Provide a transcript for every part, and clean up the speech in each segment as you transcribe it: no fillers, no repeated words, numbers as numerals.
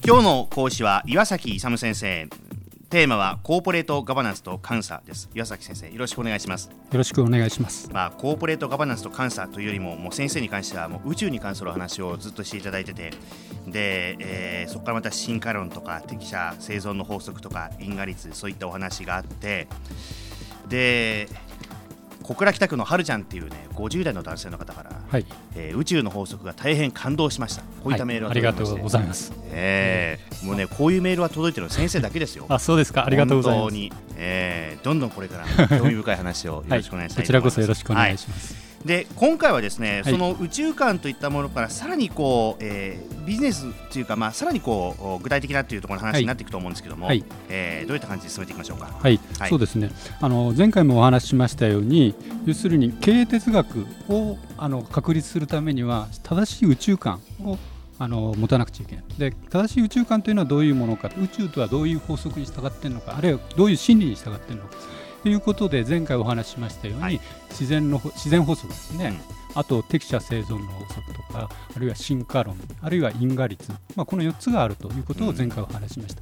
今日の講師は岩崎勇先生。テーマはコーポレートガバナンスと監査です。岩崎先生、よろしくお願いします。 よろしくお願いします。 コーポレートガバナンスと監査というよりも、もう先生に関してはもう宇宙に関するお話をずっとしていただいてて、で、そこからまた進化論とか適者生存の法則とか因果率、そういったお話があって、で小倉北区のはるちゃんっていうね50代の男性の方から、はい、宇宙の法則が大変感動しました、こういったメールが届いてまして、 ありがとうございます。 もうねこういうメールは届いてるの先生だけですよ。 そうですか、ありがとうございます。 本当に、どんどんこれから興味深い話をよろしくお願いしたいと思います。 こちらこそよろしくお願いします。 で今回はですね、その宇宙観といったものからさらにこう、ビジネスというか、さらにこう具体的なというところの話になっていくと思うんですけども、どういった感じで進めていきましょうか。 そうですね、前回もお話ししましたように、要するに経営哲学を確立するためには正しい宇宙観を持たなくちゃいけない。で、正しい宇宙観というのはどういうものか、宇宙とはどういう法則に従っているのか、あるいはどういう真理に従っているのかということで、前回お話ししましたように、自然法則ですね、あと適者生存の法則とか、あるいは進化論、あるいは因果率、この4つがあるということを前回お話ししました。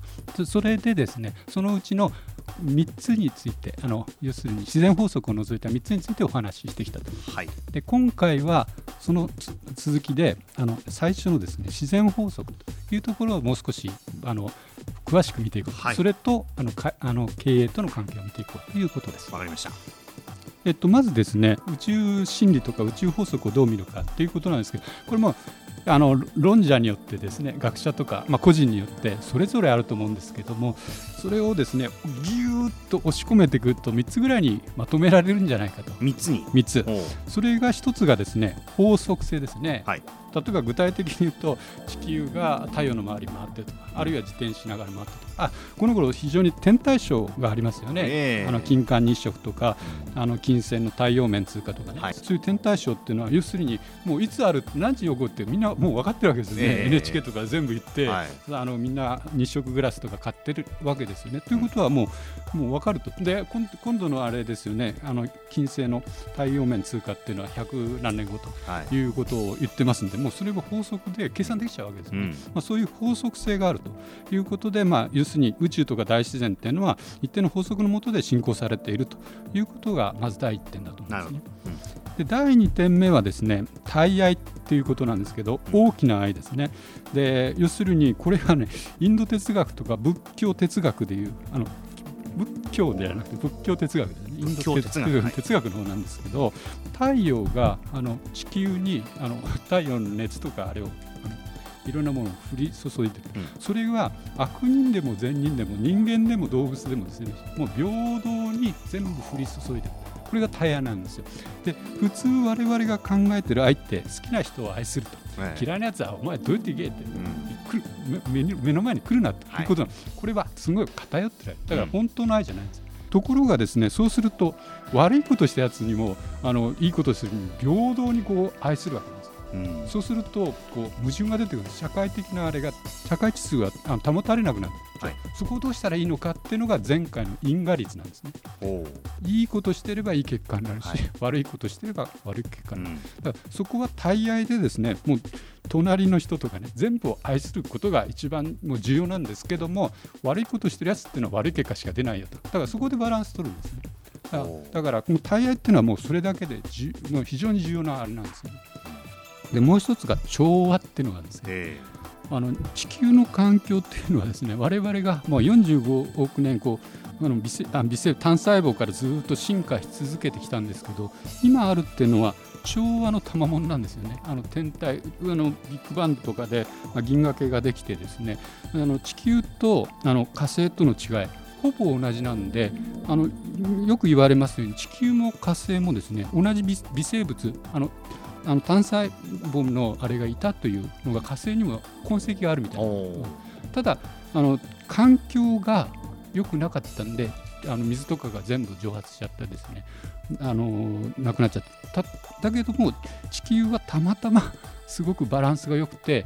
それでですね、そのうちの3つについて、要するに自然法則を除いた3つについてお話ししてきたと。で、今回はその続きで最初のですね、自然法則というところをもう少し詳しく見ていこう、それと経営との関係を見ていこうということです。 わかりました。 まずですね、宇宙真理とか宇宙法則をどう見るかということなんですけど、これも論者によってですね、学者とか、個人によってそれぞれあると思うんですけども、それをですねギューッと押し込めていくと3つぐらいにまとめられるんじゃないかと。3つ。それが1つがですね、法則性ですね。例えば具体的に言うと、地球が太陽の周り回ってるとか、あるいは自転しながら回ってるとか、この頃非常に天体ショーがありますよね。金環日食とか、金星の太陽面通過とかね、そういう天体ショーっていうのは要するにもういつある何時起こってみんなもう分かってるわけですよね。NHK とか全部行って、みんな日食グラスとか買ってるわけですよね。ということはもう分かると。で、今度のあれですよね、金星の太陽面通過っていうのは100何年後ということを言ってますんで、もうそれは法則で計算できちゃうわけですね。そういう法則性があるということで、要するに宇宙とか大自然っていうのは一定の法則の下で進行されているということがまず第一点だと思いますね。で、第2点目はですね、大愛ということなんですけど、大きな愛ですね。で、要するにこれはね、インド哲学とか仏教哲学でいう仏教ではなくて仏教哲学ですね。インド哲学の方なんですけど、太陽が地球に太陽の熱とかあれをいろんなものを降り注いでいる、それは悪人でも善人でも人間でも動物でもですね、もう平等に全部降り注いでいる。これが大愛なんですよ。で、普通我々が考えている愛って好きな人を愛すると、嫌いなやつはお前どうやって行けって、目の前に来るなということなの。これはすごい偏ってる。だから本当の愛じゃないんです。ところがですね、そうすると悪いことしたやつにもいいことするに平等にこう愛するわけなんです。そうすると矛盾が出てくる。社会的な社会秩序が保たれなくなる、そこをどうしたらいいのかっていうのが前回の因果率なんですね。いいことしてればいい結果になるし、悪いことしてれば悪い結果になる。だからそこは大愛でですね、もう隣の人とかね、全部を愛することが一番もう重要なんですけども、悪いことしてるやつっていうのは悪い結果しか出ないよと。だからそこでバランス取るんですね。だからこの大愛っていうのはもうそれだけでもう非常に重要なあれなんですね。で、もう一つが調和っていうのがですね、地球の環境っていうのはですね、我々がもう45億年微生単細胞からずっと進化し続けてきたんですけど、今あるっていうのは調和の賜物なんですよね。天体ビッグバンとかで銀河系ができてですね、地球と火星との違いほぼ同じなんで、よく言われますように地球も火星もですね、同じ微生物単細胞のあれがいたというのが火星にも痕跡があるみたいな。ただ環境が良くなかったんで、水とかが全部蒸発しちゃってですね、なくなっちゃった。だけども地球はたまたますごくバランスが良くて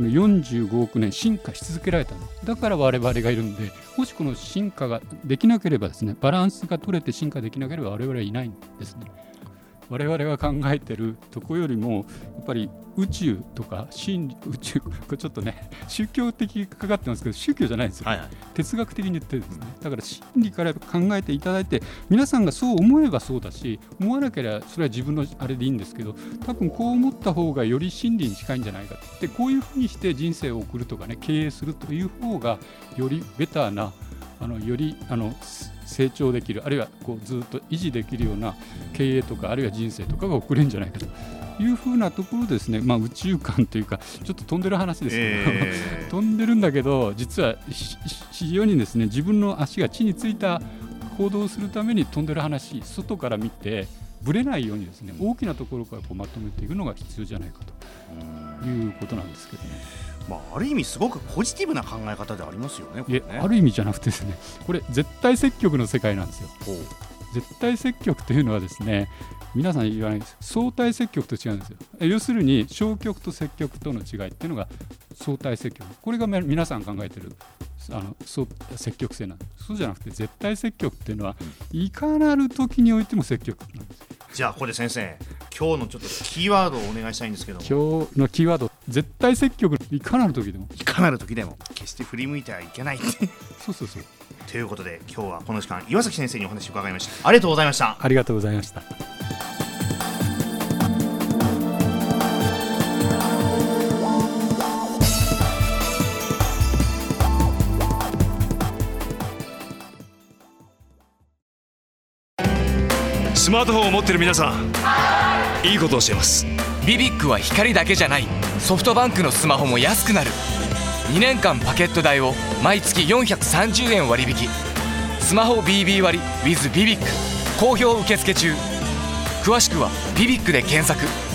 45億年進化し続けられたんです。だから我々がいるんで、もしこの進化ができなければですね、バランスが取れて進化できなければ我々はいないんですね。 我々が考えてるとこよりもやっぱり宇宙とか宇宙これちょっとね宗教的にかかってますけど宗教じゃないんですよ、哲学的に言ってるんですね。だから真理から考えていただいて、皆さんがそう思えばそうだし、思わなければそれは自分のあれでいいんですけど、多分こう思った方がより真理に近いんじゃないかって、こういうふうにして人生を送るとかね、経営するという方がよりベターなより成長できる、あるいはこうずっと維持できるような経営とか、あるいは人生とかが送れるんじゃないかというふうなところですね。宇宙観というかちょっと飛んでる話ですけど、飛んでるんだけど実は非常にですね、自分の足が地についた行動をするために飛んでる話、外から見てぶれないようにですね、大きなところからこうまとめていくのが必要じゃないかということなんですけどね。 ある意味すごくポジティブな考え方でありますよね。これね、 ある意味じゃなくてですね、これ絶対積極の世界なんですよ。絶対積極というのはですね、皆さん言わないです。相対積極と違うんですよ。要するに消極と積極との違いっていうのが相対積極、これが皆さん考えている積極性なんです。そうじゃなくて絶対積極っていうのは、いかなる時においても積極なんです。 じゃあここで先生、今日のちょっとキーワードをお願いしたいんですけども。 今日のキーワード、絶対積極、いかなる時でも、 いかなる時でも決して振り向いてはいけないそうということで、今日はこの時間岩崎先生にお話を伺いました。ありがとうございました。 ありがとうございました。 スマートフォンを持っている皆さん、いいことをしています。 ビビックは光だけじゃない、ソフトバンクのスマホも安くなる。2年間パケット代を毎月430円割引。スマホ BB 割 with ビビック好評受付中。詳しくはビビックで検索。